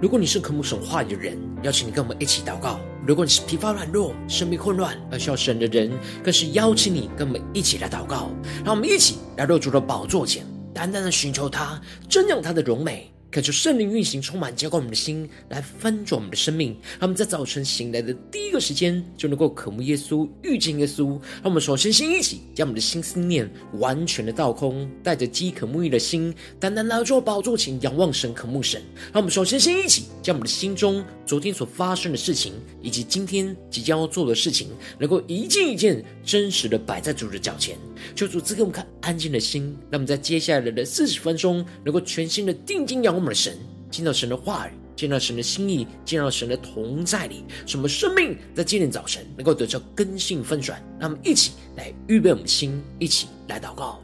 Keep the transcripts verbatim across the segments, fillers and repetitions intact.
如果你是渴慕神话语的人，邀请你跟我们一起祷告；如果你是疲乏软弱、生命混乱而需要神的人，更是邀请你跟我们一起来祷告。让我们一起来到主的宝座前，单单的寻求他，瞻仰他的荣美，恳求圣灵运行，充满浇灌我们的心，来翻转我们的生命。让我们在早晨醒来的第一个时间，就能够渴慕耶稣，遇见耶稣。让我们首先先一起将我们的心思念完全的倒空，带着饥渴沐浴的心，单单来到宝座前仰望神，渴慕神。让我们首先先一起将我们的心中昨天所发生的事情，以及今天即将要做的事情，能够一件一件真实的摆在主的脚前。求主赐给我们看安静的心，让我们在接下来的四十分钟，能够全心的定睛仰望我们的神，见到神的话语，见到神的心意，见到神的同在里，使我们生命在今天早晨能够得到根性翻转。让我们一起来预备我们的心，一起来祷告。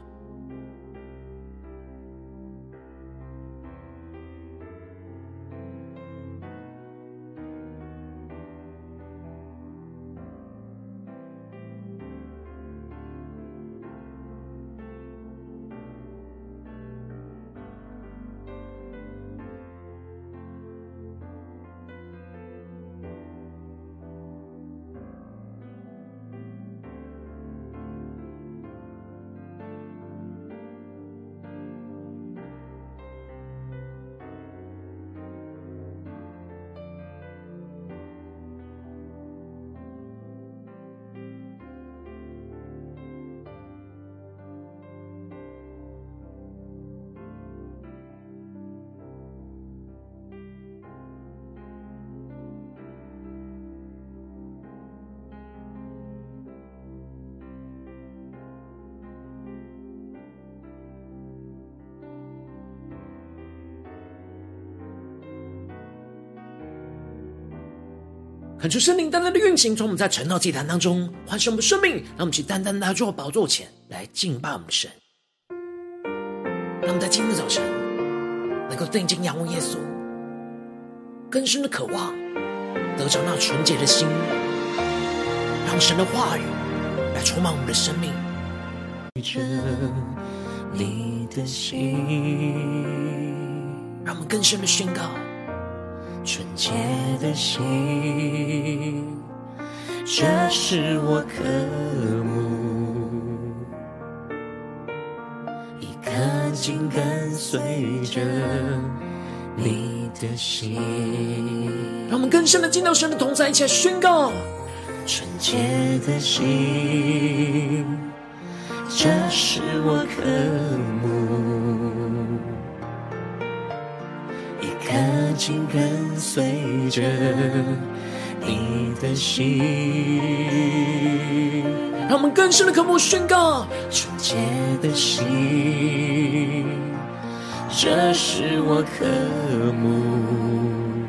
恳求圣灵单单的运行，从我们在晨祷祭坛当中唤醒我们生命，让我们去单单来到宝座前来敬拜我们的神。让我们在今天早晨能够定睛仰望耶稣，更深的渴望得着那纯洁的心，让神的话语来充满我们的生命。 着你的心， 让我们更深的宣告， 纯洁的心，这是我渴慕，一颗心跟随着你的心。 让我们更深的进到神的同在，一起来宣告， 纯洁的心，这是我渴慕，一颗心跟随着你的心。 让我们更深的渴慕宣告， 纯洁的心，这是我渴慕，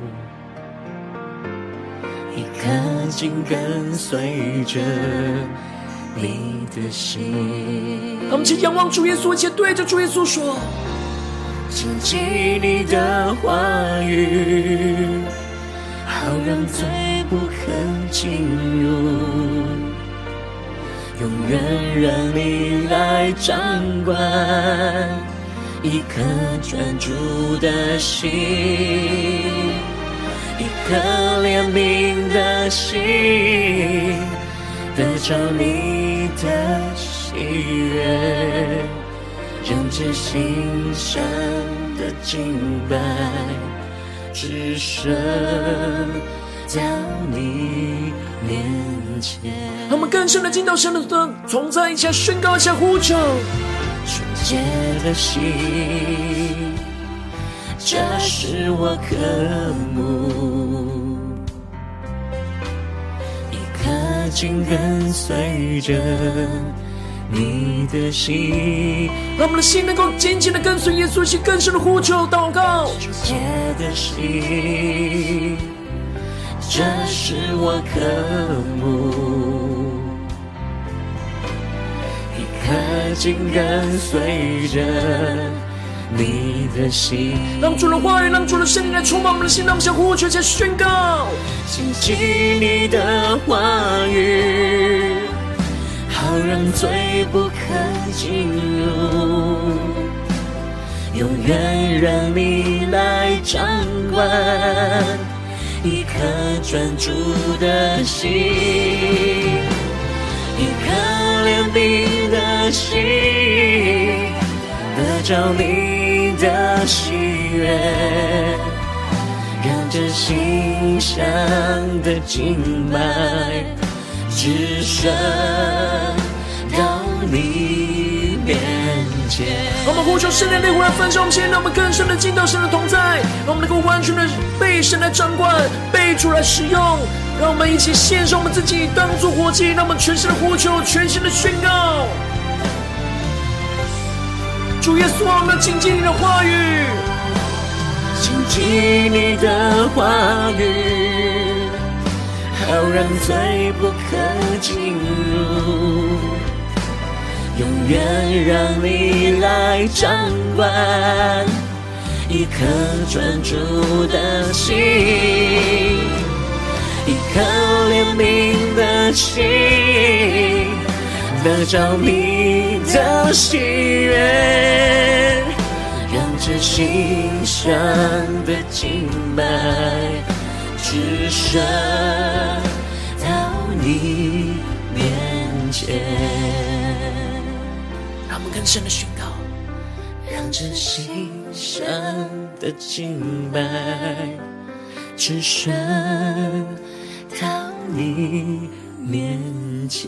一颗心跟随着你的心。 让我们一起仰望主耶稣，一起对着主耶稣说， 谨记你的话语，好让罪不可进入，永远让你来掌管，一颗专注的心，一颗怜悯的心，得着你的喜悦，让这心上的敬拜只剩在你面前。 让我们更深的进到神的同在，一起来宣告，一起来呼求， 纯洁的心，这是我渴慕，一颗心跟随着你的心。 让我们的心能够紧紧的跟随耶稣，一起更深的呼求祷告， 纯洁的心，这是我渴慕，一颗心跟随着你的心。 让主的话语，让主的圣灵来充满我们的心，让我们向呼求，向宣告， 谨记你的话语，好让罪不可进入， 永远让你来掌管，一颗专注的心，一颗怜悯的心，得着你的喜悦，让这心上的敬拜只剩到你面前。 让我们呼求圣灵的灵来分享我们心，让我们更深的进到神的同在，让我们能够完全的被神来掌管，被主来使用。让我们一起献上我们自己当作活祭，让我们全心的呼求，全心的宣告。主耶稣，我们谨记你的话语， 谨记你的话语，好让罪不可进入，永远让你来掌管，一颗专注的心，一颗怜悯的心，得着你的喜悦，让这心上的敬拜只剩到你面前。 让我们更深的宣告， 让这心上的敬拜只剩到你面前。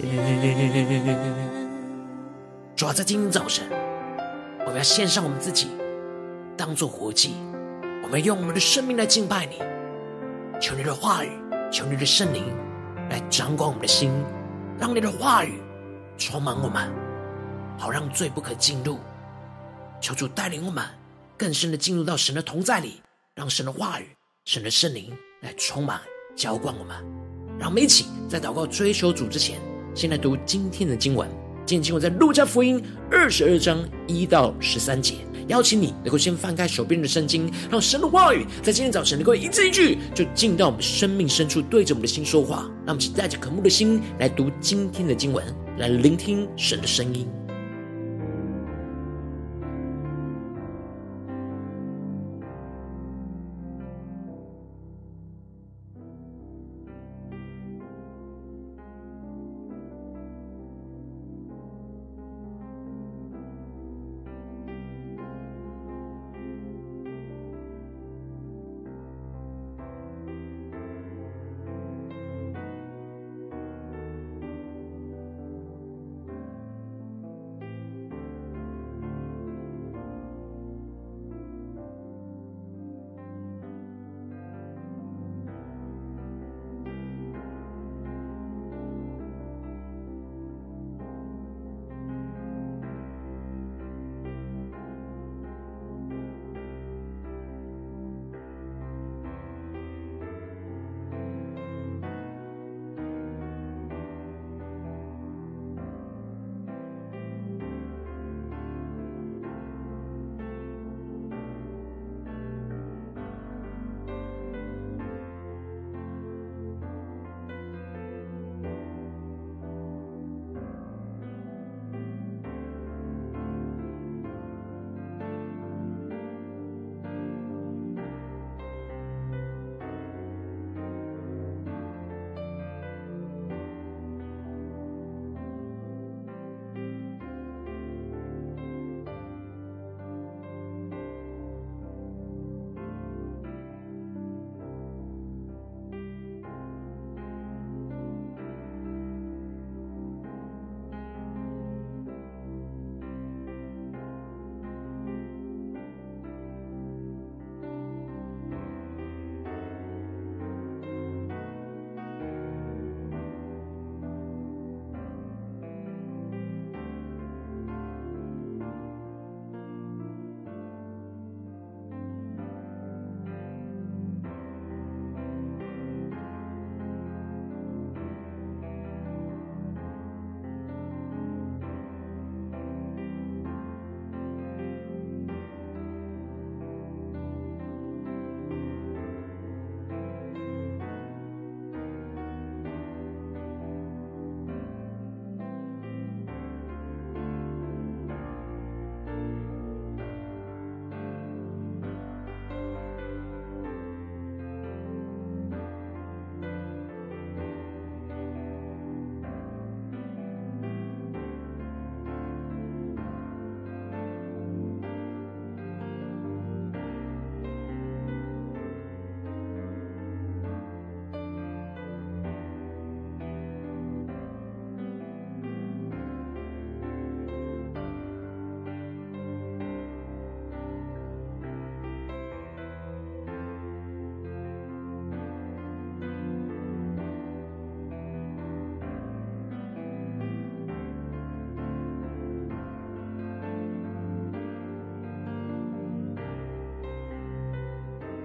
主要在今天早晨，我们要献上我们自己当作活祭，我们要用我们的生命来敬拜你，求你的话语，求你的圣灵来掌管我们的心，让你的话语充满我们，好让罪不可进入。求主带领我们更深的进入到神的同在里，让神的话语，神的圣灵来充满浇灌我们。让我们一起在祷告追求主之前，先来读今天的经文。今天经文在路加福音二十二章一到十三节。邀请你能够先翻开手边的圣经，让神的话语在今天早晨能够一字一句就进到我们生命深处，对着我们的心说话。让我们一起带着渴慕的心来读今天的经文，来聆听神的声音。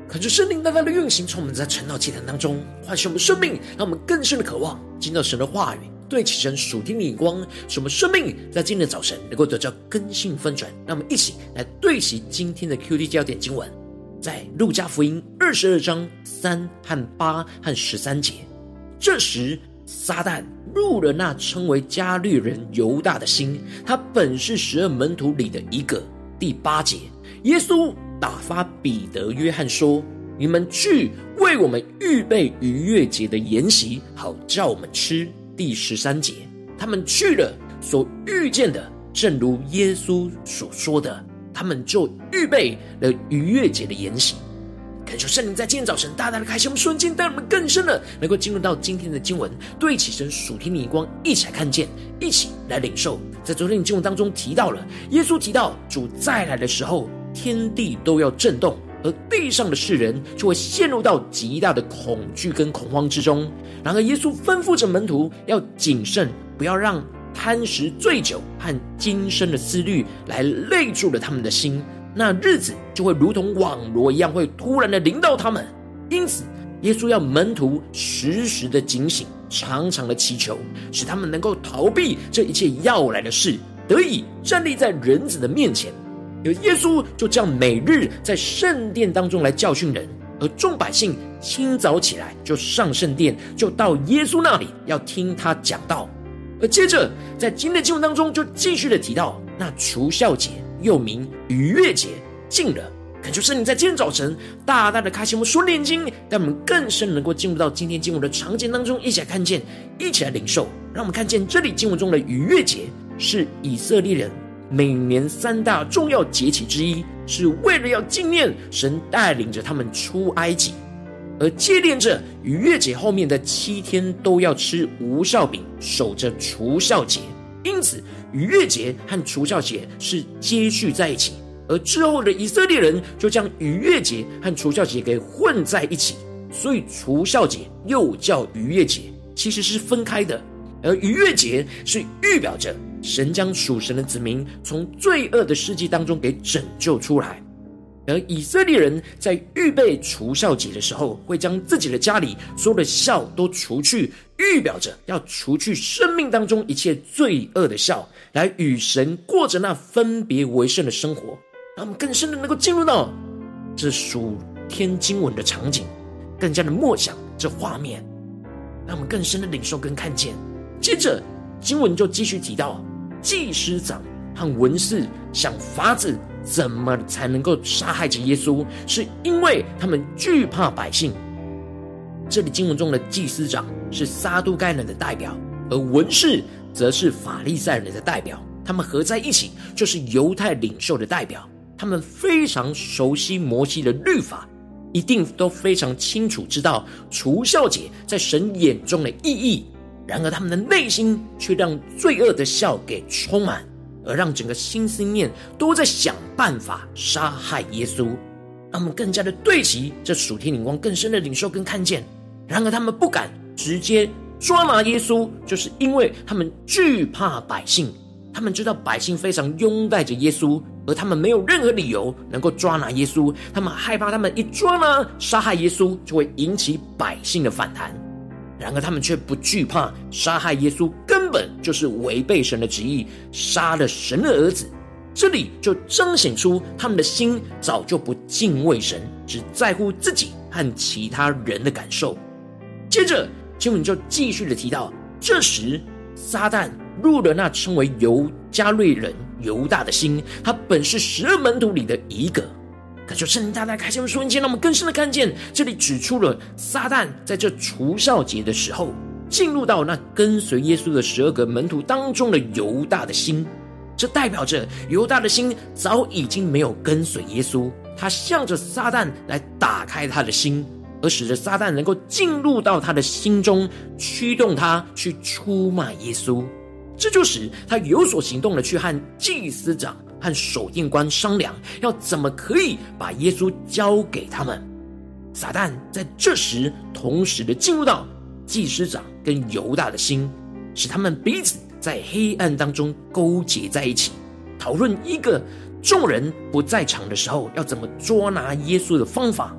恳求圣灵大大的运行，从我们在晨祷祭坛当中唤醒我们生命，让我们更深的渴望进到神的话语，对齐神属天的眼光，使我们生命在今天的早晨能够得到更新翻转。让我们一起来对齐今天的 Q T 焦点经文，在路加福音二十二章三和八和十三节。这时撒旦入了那称为加略人犹大的心，他本是十二门徒里的一个。第八节，耶稣打发彼得、约翰说：你们去为我们预备逾越节的筵席，好叫我们吃。第十三节，他们去了，所遇见的正如耶稣所说的，他们就预备了逾越节的筵席。恳求圣灵在今天早晨大大的开启我们瞬间，带我们更深的能够进入到今天的经文，对齐神属天的眼光，一起来看见，一起来领受。在昨天的经文当中提到了，耶稣提到主再来的时候，天地都要震动，而地上的世人就会陷入到极大的恐惧跟恐慌之中。然而耶稣吩咐着门徒要谨慎，不要让贪食醉酒和今生的思虑来累住了他们的心，那日子就会如同网罗一样，会突然的临到他们。因此耶稣要门徒时时的警醒，常常的祈求，使他们能够逃避这一切要来的事，得以站立在人子的面前。而耶稣就这样每日在圣殿当中来教训人，而众百姓清早起来就上圣殿，就到耶稣那里要听他讲道。而接着在今天的经文当中就继续的提到，那除酵节又名逾越节近了。恳求圣灵在今天早晨大大的开启我们属灵眼睛，让我们更深能够进入到今天经文的场景当中，一起来看见，一起来领受。让我们看见这里经文中的逾越节是以色列人每年三大重要节期之一，是为了要纪念神带领着他们出埃及。而接连着逾越节后面的七天都要吃无酵饼，守着除酵节，因此逾越节和除酵节是接续在一起。而之后的以色列人就将逾越节和除酵节给混在一起，所以除酵节又叫逾越节，其实是分开的。而逾越节是预表着神将属神的子民从罪恶的世界当中给拯救出来。而以色列人在预备除酵节的时候，会将自己的家里所有的酵都除去，预表着要除去生命当中一切罪恶的酵，来与神过着那分别为圣的生活。让我们更深的能够进入到这属天经文的场景，更加的默想这画面，让我们更深的领受跟看见。接着经文就继续提到，祭司长和文士想法子怎么才能够杀害着耶稣，是因为他们惧怕百姓。这里经文中的祭司长是撒都该人的代表，而文士则是法利赛人的代表，他们合在一起就是犹太领袖的代表。他们非常熟悉摩西的律法，一定都非常清楚知道除酵节在神眼中的意义。然而他们的内心却让罪恶的酵给充满，而让整个心思念都在想办法杀害耶稣。让我们更加的对齐这属天灵光更深的领受跟看见。然而他们不敢直接抓拿耶稣，就是因为他们惧怕百姓。他们知道百姓非常拥戴着耶稣，而他们没有任何理由能够抓拿耶稣。他们害怕他们一抓拿杀害耶稣，就会引起百姓的反弹。然而他们却不惧怕杀害耶稣，根本就是违背神的旨意，杀了神的儿子。这里就彰显出他们的心早就不敬畏神，只在乎自己和其他人的感受。接着经文就继续的提到，这时撒旦入了那称为犹加略人犹大的心，他本是十二门徒里的一个。可就圣灵大大开启我们瞬间，让我们更深的看见，这里指出了撒旦在这除酵节的时候，进入到那跟随耶稣的十二个门徒当中的犹大的心。这代表着犹大的心早已经没有跟随耶稣，他向着撒旦来打开他的心，而使得撒旦能够进入到他的心中，驱动他去出卖耶稣。这就使他有所行动的去和祭司长和守殿官商量，要怎么可以把耶稣交给他们。撒旦在这时同时的进入到祭司长跟犹大的心，使他们彼此在黑暗当中勾结在一起，讨论一个众人不在场的时候要怎么捉拿耶稣的方法。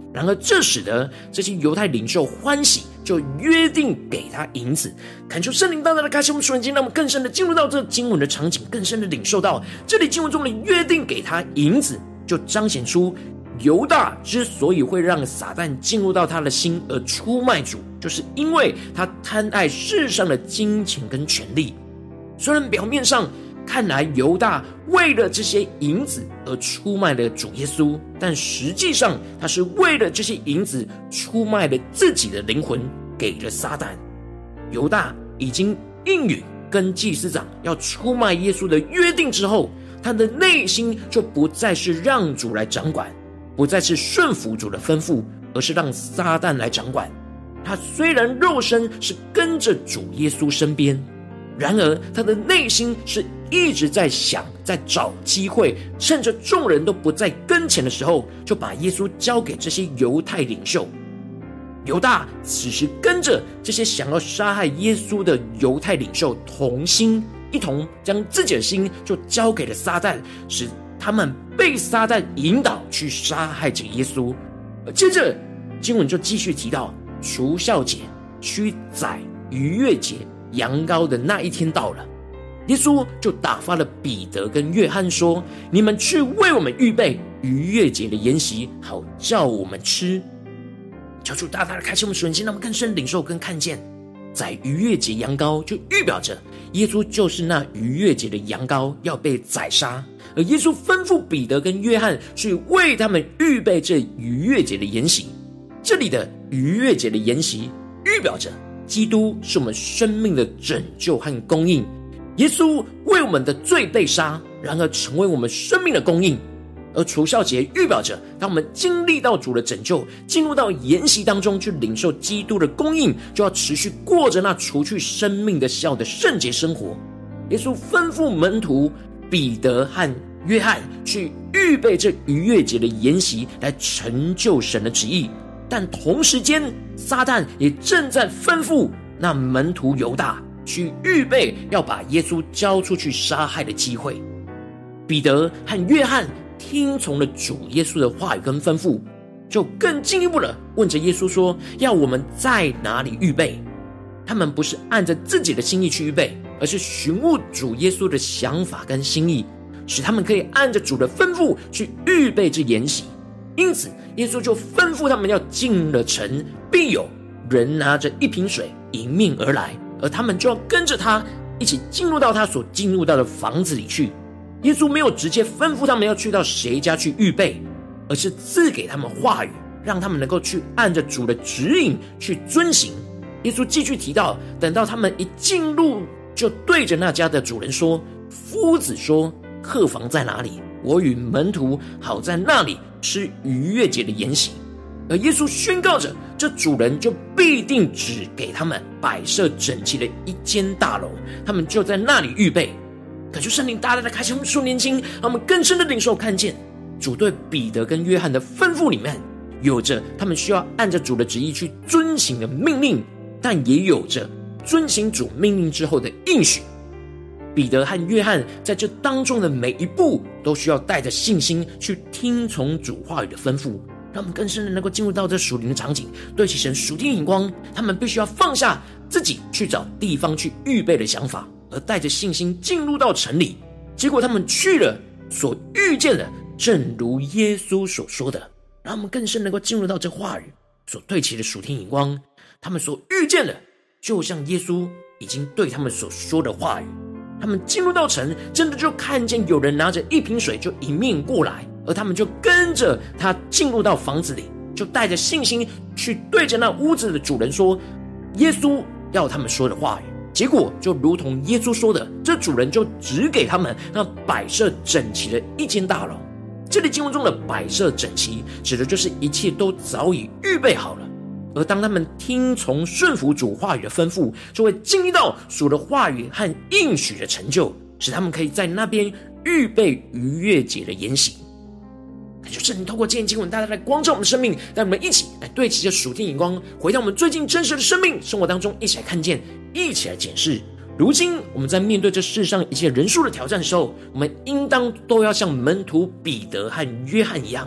然而这使得这些犹太领袖欢喜，就约定给他银子。恳求圣灵大大的开启我们属灵经，让我们更深的进入到这经文的场景，更深的领受到这里经文中的约定给他银子，就彰显出犹大之所以会让撒旦进入到他的心而出卖主，就是因为他贪爱世上的金钱跟权力。虽然表面上看来犹大为了这些银子而出卖了主耶稣，但实际上他是为了这些银子出卖了自己的灵魂给了撒旦。犹大已经应允跟祭司长要出卖耶稣的约定之后，他的内心就不再是让主来掌管，不再是顺服主的吩咐，而是让撒旦来掌管。他虽然肉身是跟着主耶稣身边，然而他的内心是一直在想，在找机会，趁着众人都不在跟前的时候，就把耶稣交给这些犹太领袖。犹大此时跟着这些想要杀害耶稣的犹太领袖同心，一同将自己的心就交给了撒旦，使他们被撒旦引导去杀害这耶稣。而接着经文就继续提到，除酵节、驱宰、逾越节、羊羔的那一天到了，耶稣就打发了彼得跟约翰说：你们去为我们预备逾越节的筵席，好叫我们吃。求主大大的开启我们属灵心，让我们更深领受跟看见，在逾越节羊羔就预表着耶稣就是那逾越节的羊羔要被宰杀，而耶稣吩咐彼得跟约翰去为他们预备这逾越节的筵席。这里的逾越节的筵席预表着基督是我们生命的拯救和供应，耶稣为我们的罪被杀，然而成为我们生命的供应。而除酵节预表着当我们经历到主的拯救，进入到筵席当中去领受基督的供应，就要持续过着那除去生命的酵的圣洁生活。耶稣吩咐门徒彼得和约翰去预备这逾越节的筵席，来成就神的旨意。但同时间撒旦也正在吩咐那门徒犹大去预备要把耶稣交出去杀害的机会。彼得和约翰听从了主耶稣的话语跟吩咐，就更进一步的问着耶稣说，要我们在哪里预备。他们不是按着自己的心意去预备，而是询问主耶稣的想法跟心意，使他们可以按着主的吩咐去预备这筵席。因此耶稣就吩咐他们要进了城，必有人拿着一瓶水迎面而来，而他们就要跟着他一起进入到他所进入到的房子里去。耶稣没有直接吩咐他们要去到谁家去预备，而是赐给他们话语，让他们能够去按着主的指引去遵行。耶稣继续提到，等到他们一进入，就对着那家的主人说，夫子说，客房在哪里？我与门徒好在那里吃逾越节的筵席。而耶稣宣告着，这主人就必定只给他们摆设整齐的一间大楼，他们就在那里预备。恳求圣灵大大的开启我们属灵心，让我们更深的领受看见主对彼得跟约翰的吩咐里面，有着他们需要按着主的旨意去遵行的命令，但也有着遵行主命令之后的应许。彼得和约翰在这当中的每一步都需要带着信心去听从主话语的吩咐，让我们更深的能够进入到这属灵的场景，对齐神属天眼光。他们必须要放下自己去找地方去预备的想法，而带着信心进入到城里。结果他们去了，所遇见的正如耶稣所说的，让我们更深能够进入到这话语所对齐的属天眼光。他们所遇见的就像耶稣已经对他们所说的话语。他们进入到城，真的就看见有人拿着一瓶水就迎面过来，而他们就跟着他进入到房子里，就带着信心去对着那屋子的主人说耶稣要他们说的话语。结果就如同耶稣说的，这主人就只给他们那摆设整齐的一间大楼。这里经文中的摆设整齐，指的就是一切都早已预备好了。而当他们听从顺服主话语的吩咐，就会经历到主的话语和应许的成就，使他们可以在那边预备逾越节的筵席。感谢圣灵透过今天经文大大来光照我们的生命，让我们一起来对齐着属天眼光，回到我们最近真实的生命生活当中，一起来看见，一起来检视。如今我们在面对这世上一切人数的挑战的时候，我们应当都要像门徒彼得和约翰一样，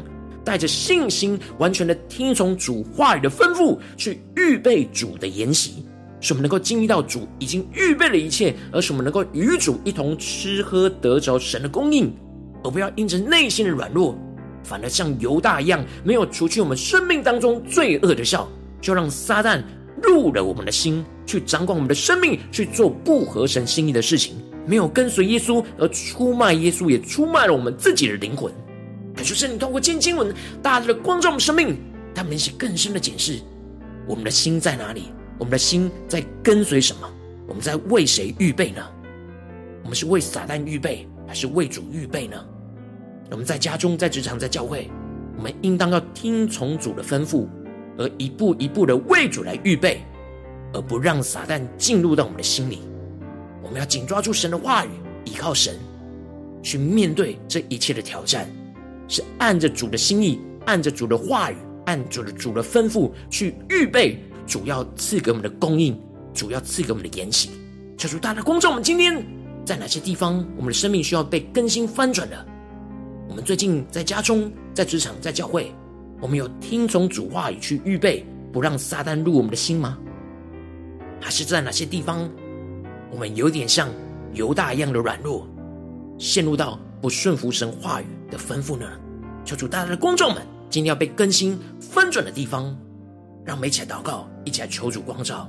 带着信心完全的听从主话语的吩咐，去预备主的筵席，使我们能够经历到主已经预备了一切，而使我们能够与主一同吃喝，得着神的供应，而不要因着内心的软弱，反而像犹大一样，没有除去我们生命当中罪恶的酵，就让撒旦入了我们的心，去掌管我们的生命，去做不合神心意的事情，没有跟随耶稣，而出卖耶稣，也出卖了我们自己的灵魂。感谢圣灵透过今天经文大大的光照我们生命，他们一起更深的检视我们的心在哪里，我们的心在跟随什么，我们在为谁预备呢？我们是为撒旦预备，还是为主预备呢？我们在家中，在职场，在教会，我们应当要听从主的吩咐，而一步一步的为主来预备，而不让撒旦进入到我们的心里。我们要紧抓住神的话语，依靠神去面对这一切的挑战，是按着主的心意，按着主的话语，按着主的吩咐去预备主要赐给我们的供应，主要赐给我们的筵席。求主大大光照我们今天在哪些地方我们的生命需要被更新翻转的。我们最近在家中，在职场，在教会，我们有听从主话语去预备，不让撒旦入我们的心吗？还是在哪些地方我们有点像犹大一样的软弱，陷入到不顺服神话语的吩咐呢？求主大大的光照们今天要被更新翻转的地方，让我们一起来祷告，一起来求主光照。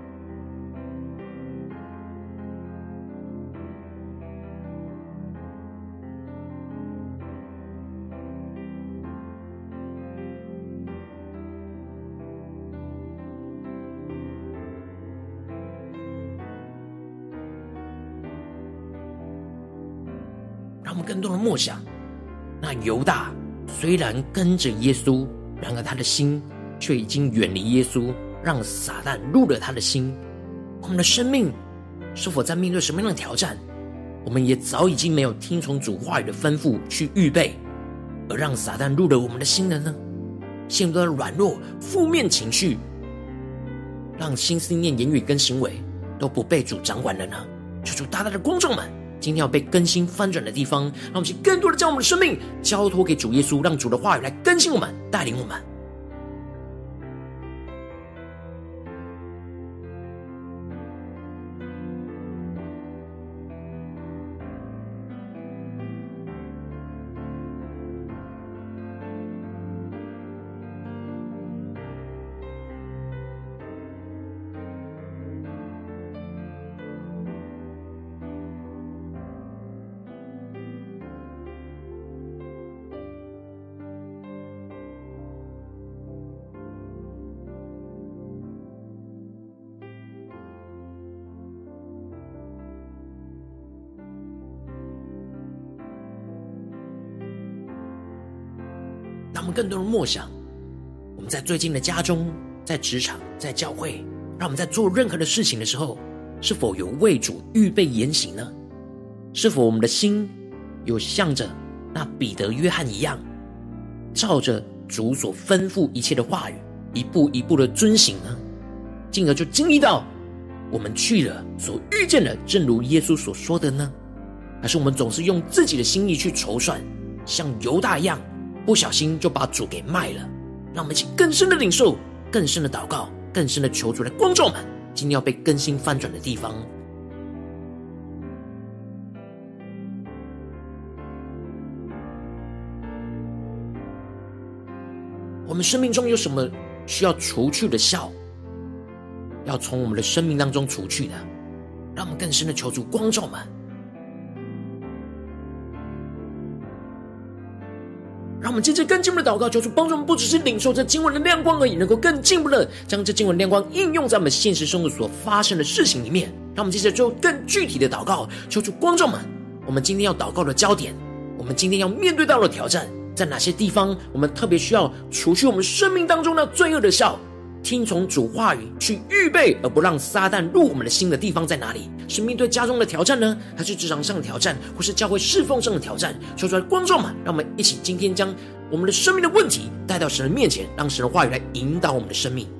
让我们更多的默想，那犹大虽然跟着耶稣，然而他的心却已经远离耶稣，让撒旦入了他的心。我们的生命是否在面对什么样的挑战，我们也早已经没有听从主话语的吩咐去预备，而让撒旦入了我们的心了呢？陷入到软弱、负面情绪，让心思念、言语跟行为都不被主掌管了呢？求主大大的光照们今天要被更新翻转的地方，让我们去更多的将我们的生命交托给主耶稣，让主的话语来更新我们，带领我们。让我们更多的默想，我们在最近的家中，在职场，在教会，让我们在做任何的事情的时候，是否有为主预备筵席呢？是否我们的心有像着那彼得、约翰一样，照着主所吩咐一切的话语，一步一步的遵行呢？进而就经历到我们去了所遇见的，正如耶稣所说的呢？还是我们总是用自己的心意去筹算，像犹大一样，不小心就把主给卖了？让我们一起更深的领受，更深的祷告，更深的求主来光照我们今天要被更新翻转的地方。我们生命中有什么需要除去的酵，要从我们的生命当中除去的？让我们更深的求主光照我们。让我们接着更进一步的祷告，求主帮助我们，不只是领受这经文的亮光而已，能够更进一步的将这经文亮光应用在我们现实生活所发生的事情里面。让我们接着做更具体的祷告，求主光照们，我们今天要祷告的焦点，我们今天要面对到的挑战，在哪些地方我们特别需要除去我们生命当中的罪恶的酵，听从主话语去预备，而不让撒旦入我们的心的地方在哪里？是面对家中的挑战呢，还是职场上的挑战，或是教会侍奉上的挑战？说出来光照嘛，让我们一起今天将我们的生命的问题带到神的面前，让神的话语来引导我们的生命。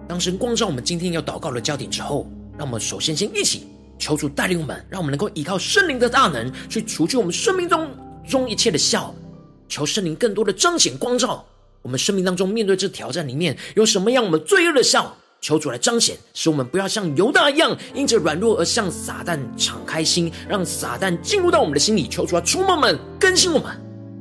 当神光照我们今天要祷告的焦点之后，让我们首先先一起求主带领我们，让我们能够依靠圣灵的大能去除去我们生命中中一切的笑，求圣灵更多的彰显光照我们生命当中面对这挑战里面有什么样我们罪恶的笑，求主来彰显，使我们不要像犹大一样因着软弱而向撒旦敞开心，让撒旦进入到我们的心里，求主来触摸我们，更新我们。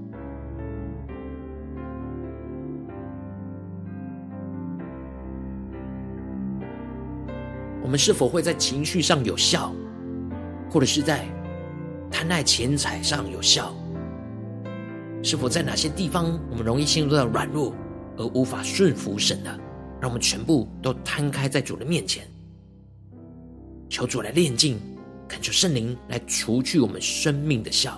我们是否会在情绪上有效，或者是在贪爱钱财上有效？是否在哪些地方我们容易陷入到软弱而无法顺服神的？让我们全部都摊开在主的面前，求主来炼净，恳求圣灵来除去我们生命的笑。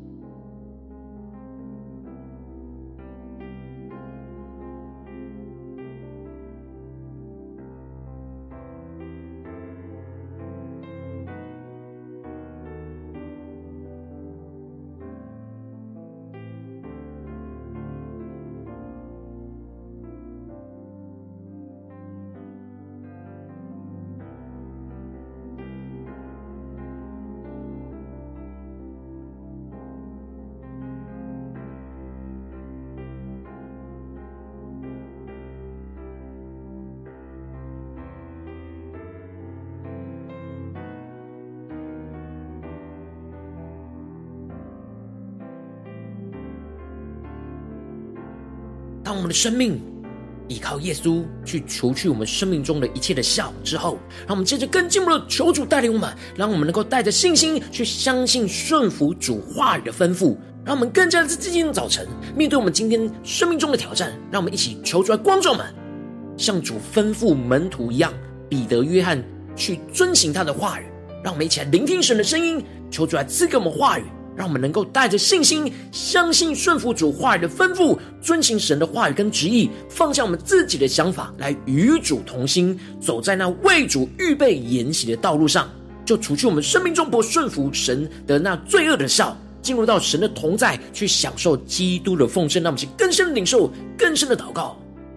当我们的生命依靠耶稣去除去我们生命中的一切的笑之后，让我们接着更进一步的求主带领我们，让我们能够带着信心去相信顺服主话语的吩咐，让我们更加的在今天的早晨面对我们今天生命中的挑战，让我们一起求主来光照我们，像主吩咐门徒一样，彼得约翰去遵行他的话语，让我们一起来聆听神的声音，求主来赐给我们话语，让我们能够带着信心相信顺服主话语的吩咐，遵行神的话语跟旨意，放下我们自己的想法，来与主同心，走在那为主预备筵席的道路上，就除去我们生命中不顺服神的那罪恶的笑，进入到神的同在，去享受基督的丰盛。让我们去更深的领受，更深的祷告。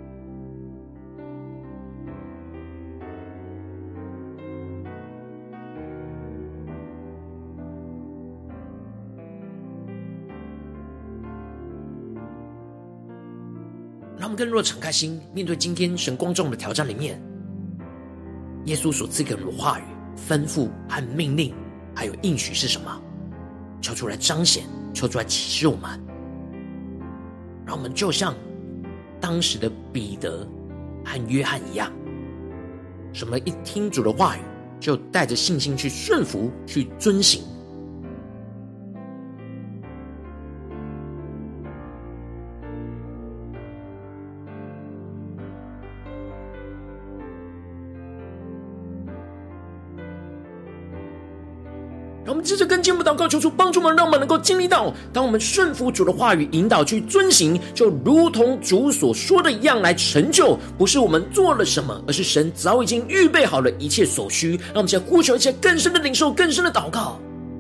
让我们更多的敞开心，面对今天神光照我们的挑战里面，耶稣所赐给我们的话语、吩咐和命令，还有应许是什么？求出来彰显，求出来启示我们，让我们就像当时的彼得和约翰一样，什么一听主的话语，就带着信心去顺服、去遵行。让我们接着跟进步祷告，求主帮助我们，让我们能够经历到，当我们顺服主的话语引导去遵行，就如同主所说的一样来成就，不是我们做了什么，而是神早已经预备好了一切所需。让我们现在呼求一些更深的领受，更深的祷告。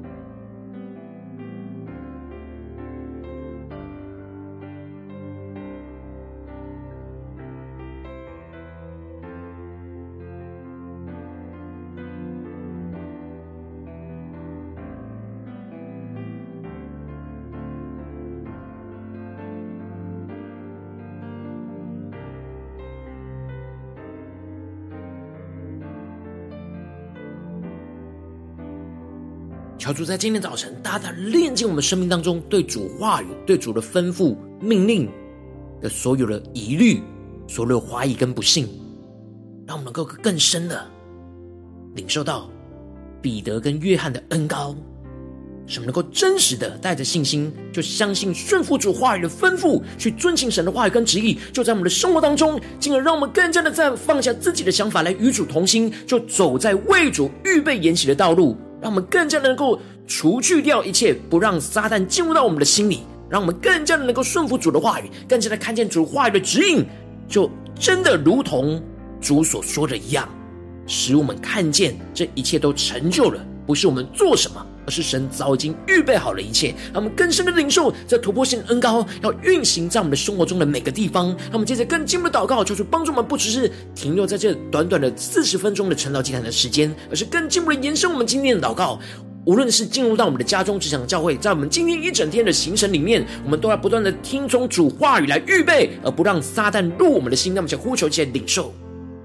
求主在今天早晨大大炼净我们生命当中对主话语、对主的吩咐、命令的所有的疑虑、所有的怀疑跟不信，让我们能够更深的领受到彼得跟约翰的恩膏，使我们能够真实的带着信心，就相信顺服主话语的吩咐，去遵行神的话语跟旨意，就在我们的生活当中，进而让我们更加的在放下自己的想法，来与主同心，就走在为主预备筵席的道路，让我们更加的能够除去掉一切不让撒旦进入到我们的心里，让我们更加的能够顺服主的话语，更加的看见主话语的指引，就真的如同主所说的一样，使我们看见这一切都成就了，不是我们做什么， 而是神早已经预备好了一切。让我们更深的领受这突破性的恩膏要运行在我们的生活中的每个地方。让我们接着更进一步的祷告，求主帮助我们，不只是停留在这短短的四十分钟的晨祷祭坛的时间，而是更进一步的延伸我们今天的祷告。无论是进入到我们的家中、职场、教会，在我们今天一整天的行程里面，我们都要不断的听从主话语来预备，而不让撒旦入我们的心。让我们想呼求起来领受。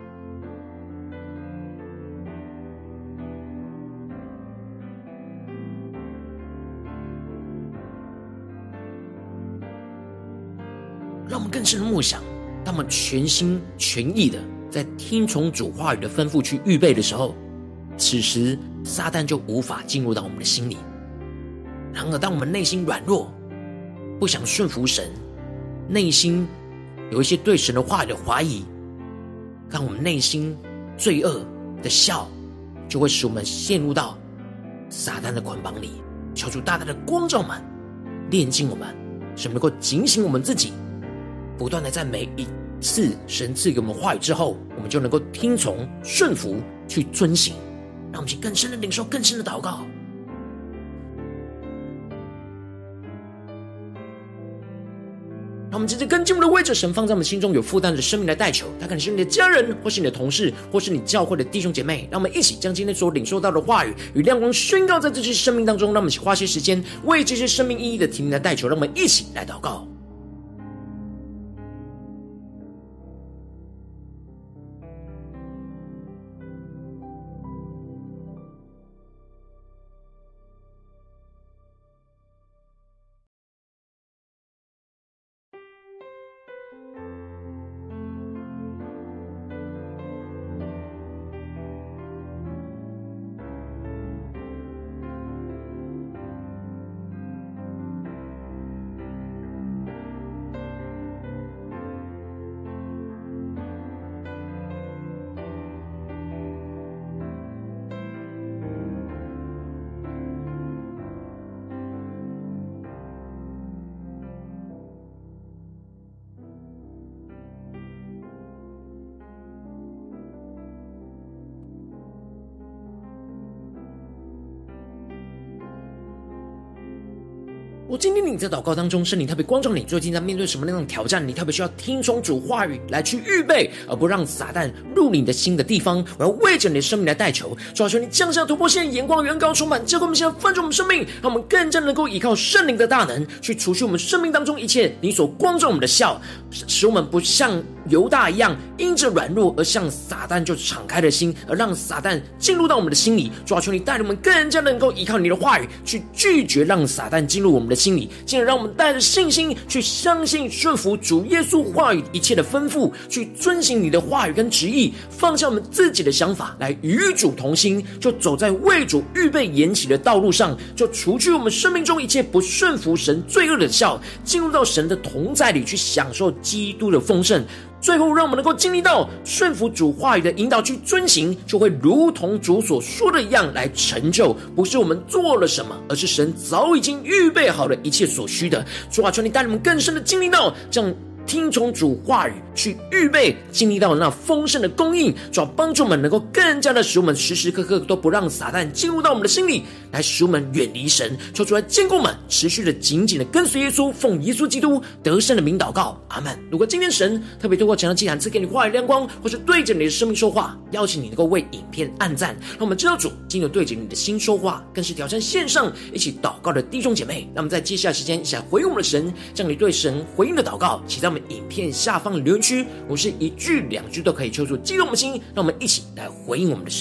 让我们更深的默想，当我们全心全意的在听从主话语的吩咐去预备的时候，此时撒旦就无法进入到我们的心里。然而当我们内心软弱，不想顺服神，内心有一些对神的话语的怀疑，让我们内心罪恶的笑，就会使我们陷入到撒旦的捆绑里。求主大大的光照我们，炼净我们，使我们能够警醒我们自己，不断的在每一次神赐给我们话语之后，我们就能够听从顺服去遵行。让我们去更深的领受，更深的祷告。让我们接着更进一步的为着神放在我们心中有负担的生命来代求，他可能是你的家人，或是你的同事，或是你教会的弟兄姐妹。让我们一起将今天所领受到的话语与亮光宣告在这些生命当中。让我们一起花些时间为这些生命意义的提名来代求。让我们一起来祷告。我今天你在祷告当中，圣灵特别光照你，最近在面对什么那种挑战，你特别需要听从主话语来去预备，而不让撒旦入你的心的地方。我要为着你的生命来代求，主要求你降下突破线眼光远高充满，浇灌我们现在翻转我们生命，让我们更加能够依靠圣灵的大能，去除去我们生命当中一切你所光照我们的笑，使我们不像犹大一样因着软弱而向撒旦就敞开了心，而让撒旦进入到我们的心里。主要求你带领我们更加能够依靠你的话语，去拒绝让撒旦进入我们的心里，进而让我们带着信心去相信顺服主耶稣话语一切的吩咐，去遵行你的话语跟旨意，放下我们自己的想法来与主同心，就走在为主预备延起的道路上，就除去我们生命中一切不顺服神罪恶的笑，进入到神的同在里，去享受基督的丰盛。最后让我们能够经历到顺服主话语的引导去遵行，就会如同主所说的一样来成就，不是我们做了什么，而是神早已经预备好了一切所需的。主啊，求你带你们更深的经历到这样听从主话语去预备，经历到那丰盛的供应，主要帮助我们能够更加的使我们时时刻刻都不让撒旦进入到我们的心里，来使我们远离神。求主来坚固我们，持续的紧紧的跟随耶稣，奉耶稣基督得胜的名祷告，阿们。如果今天神特别透过讲道祭坛赐给你话语亮光，或是对着你的生命说话，邀请你能够为影片按赞，让我们知道主今天对着你的心说话，更是挑战线上一起祷告的弟兄姐妹。让我们在接下来时间一起来回应我们的神，将你对神回应的祷告写在我们影片下方的留言区，我是一句两句都可以求主激动我们的心，让我们一起来回应我们的神。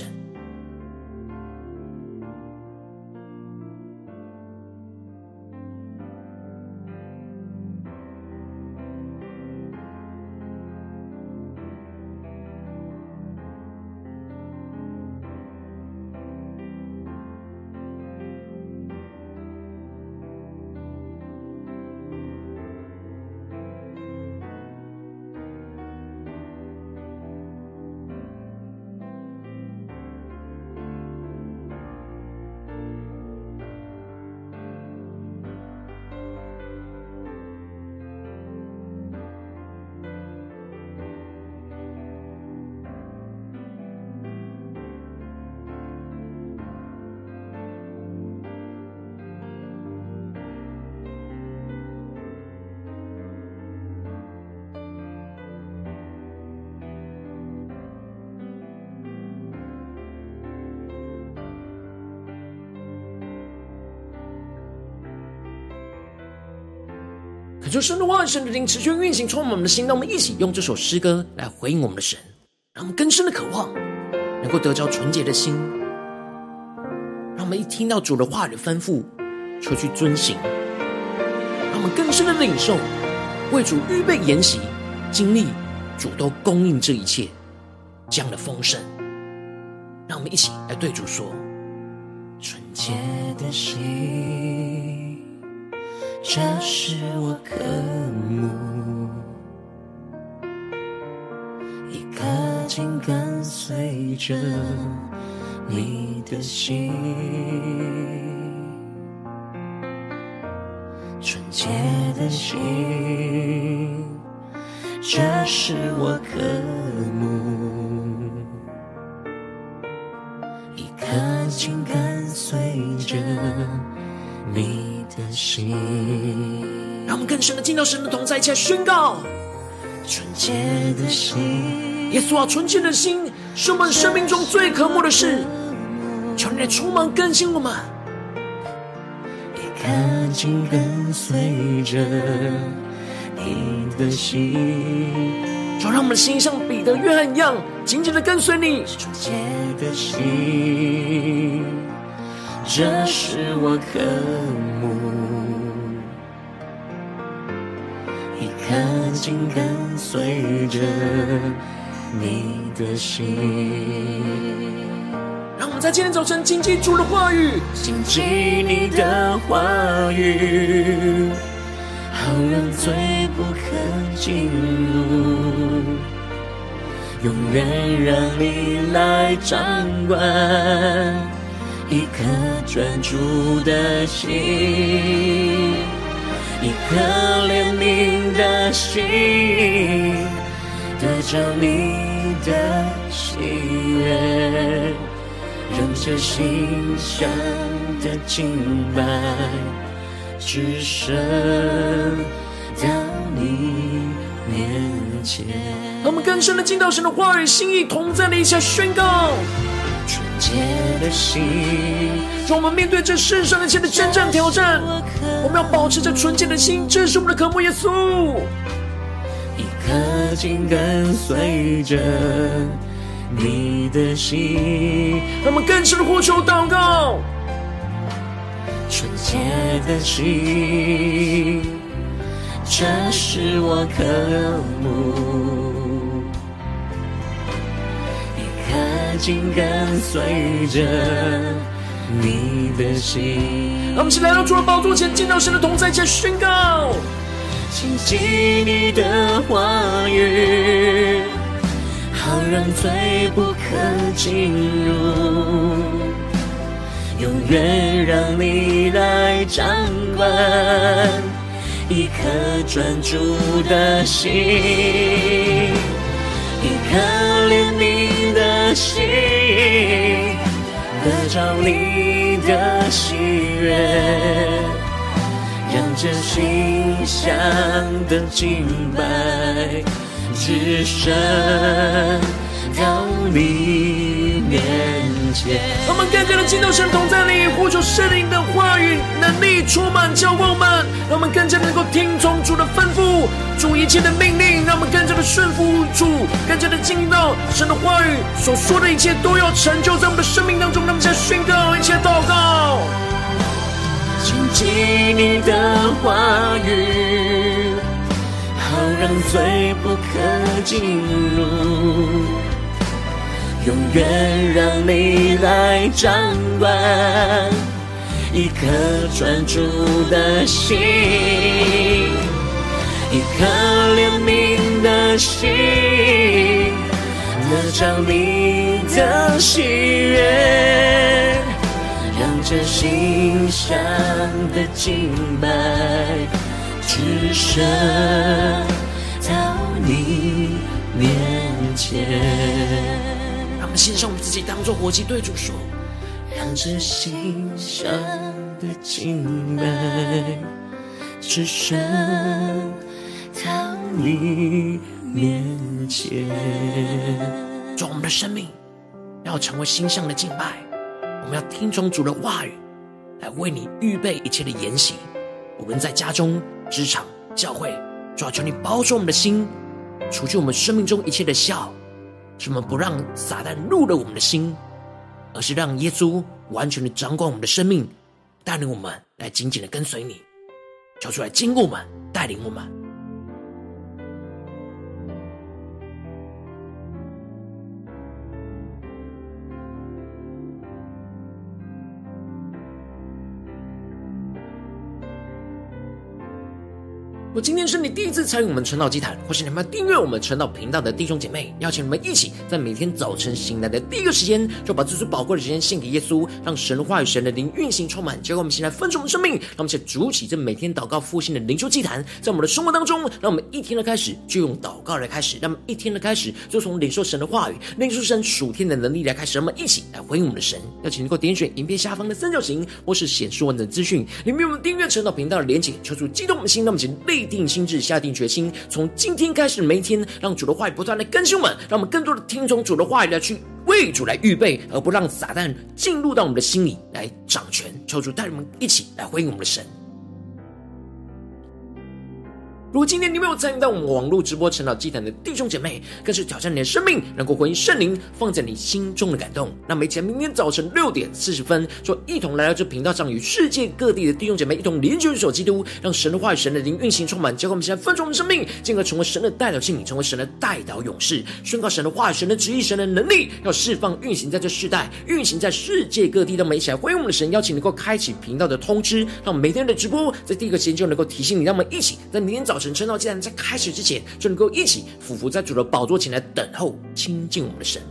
恳求神的话语、神的灵持续运行，充满我们的心。让我们一起用这首诗歌来回应我们的神，让我们更深的渴望能够得着纯洁的心，让我们一听到主的话语的吩咐就去遵行，让我们更深的领受为主预备筵席，经历主都供应这一切这样的丰盛。让我们一起来对主说： 纯洁的心，这是我渴慕，一颗紧跟随着你的心。纯洁的心，这是我渴慕，一颗紧跟随着你的心。 让我们更深的进到神的同在，一起来宣告： 纯洁的心， 耶稣啊，纯洁的心是我们生命中最渴慕的事，求你来充满更新我们， 一颗紧跟随着你的心。 就让我们的心像彼得、约翰一样，紧紧的跟随你。 纯洁的心，这是我渴慕，一颗紧跟随着你的心。 让我们在今天早晨谨记主的话语， 谨记你的话语，好让罪不可进入，永远让你来掌管，一颗专注的心，一颗怜悯的心，得着你的喜悦，让这心香的敬拜只剩到你面前。 让我们更深的进到神的话语、心意同在的一下宣告。 纯洁的心， 让我们面对这世上一切的征战挑战，我们要保持着纯洁的心，这是我们的渴慕。耶稣， 一颗紧跟随着你的心。 让我们更深的呼求祷告。 纯洁的心，这是我渴慕，一颗紧跟随着你的心。 让我们一起来到主的宝座前，进到神的同在前宣告。 谨记你的话语，好让罪不可进入，永远让你来掌管，一颗专注的心，一颗怜悯的心，得着你的喜悦，让这心香的敬拜只剩到你面前。 我们更加的进到神同在里，呼求圣灵的话语能力充满浇灌我们，让我们更加能够听从主的吩咐，主一切的命令，让我们更加的顺服主，更加的经历到神的话语所说的一切都要成就在我们的生命当中。让我们再宣告，一起来祷告。 谨记你的话语，好让罪不可进入，永远让你来掌管，一颗专注的心，一颗怜悯的心，得着你的喜悦，让这心香的敬拜只剩到你面前。 让我们献上我们自己，当作活祭对主说， 让这心香的敬拜只剩到你面前。 主，我们的生命要成为馨香的敬拜，我们要听从主的话语，来为你预备一切的筵席。无论在家中、职场、 教会。主啊，求你保守我们的心，除去我们生命中一切的笑，使我们不让撒旦入了我们的心，而是让耶稣完全的掌管我们的生命，带领我们来紧紧的跟随你。求主来经过我们，带领我们。我今天是你第一次参与我们晨祷祭坛，或是你们订阅我们晨祷频道的弟兄姐妹，邀请你们一起在每天早晨醒来的第一个时间，就把最最宝贵的时间献给耶稣，让神的话语、神的灵运行充满，结果我们现在分盛我们生命，让我们一起筑起这每天祷告复兴的灵修祭坛，在我们的生活当中，让我们一天的开始就用祷告来开始，让我们一天的开始就从领受神的话语、领受神属天的能力来开始，让我们一起来回应我们的神。邀请能够点选影片下方的三角形，或是显示完整资讯里面我们订阅晨祷频道的连结，求主激动我们的心，让我们一起立定心志，下定决心，从今天开始每一天，让主的话语不断的更新我们，让我们更多的听从主的话语来去为主来预备，而不让撒旦进入到我们的心里来掌权。求主带领我们一起来回应我们的神。如果今天你没有参与到我们网络直播晨祷祭坛的弟兄姐妹，更是挑战你的生命，能够回应圣灵放在你心中的感动。那么一起来明天早晨六点四十分，就一同来到这频道上，与世界各地的弟兄姐妹一同联结于手基督，让神的话语、神的灵运行充满，结果我们现在分盛我们生命，进而成为神的代表性，成为神的代祷勇士，宣告神的话语、神的旨意、神的能力，要释放运行在这世代，运行在世界各地。让我们一起来回应我们的神，邀请能够开启频道的通知，让我们每天的直播在第一个时间就能够提醒你，让我们一起在明天早晨晨祷祭坛在开始之前，就能够一起俯伏在主的宝座前来等候亲近我们的神。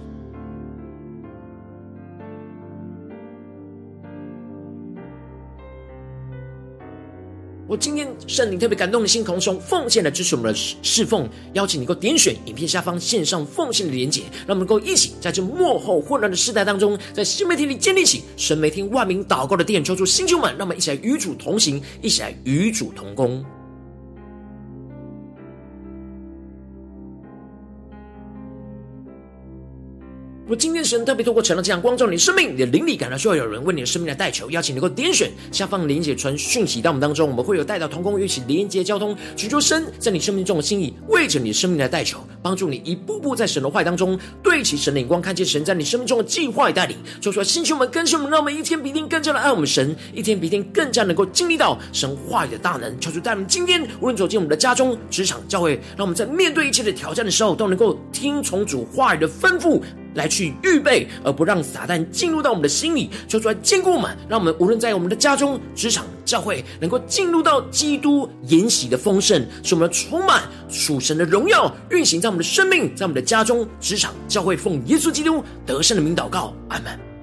我今天圣灵特别感动的心，同兄奉献来支持我们的侍奉，邀请你能够点选影片下方线上奉献的连结，让我们能够一起在这末后混乱的世代当中，在新媒体里建立起神每天万名祷告的殿，求主星球们，让我们一起来与主同行，一起来与主同工。如果今天神特别透过晨祷这样光照你的生命，你的灵里感到需要有人为你的生命来代求，邀请你能够点选下方连结传讯息到我们当中，我们会有代祷同工一起连结交通，寻求神在你生命中的心意，为着你的生命来代求，帮助你一步步在神的话语当中对齐神的眼光，看见神在你生命中的计划与带领。求主星球们更新我们，让我们一天比一天更加的爱我们神，一天比一天更加能够经历到神话语的大能。求主带我们今天无论走进我们的家中、职场、教会，让我们在面对一切的挑战的时候，都能够听从主话语的吩咐来去预备，而不让撒旦进入到我们的心里。求主来坚固我们，让我们无论在我们的家中、职场、教会，能够进入到基督筵席的丰盛，使我们充满属神的荣耀运行在我们的生命，在我们的家中、职场、教会，奉耶稣基督得胜的名祷告，阿们。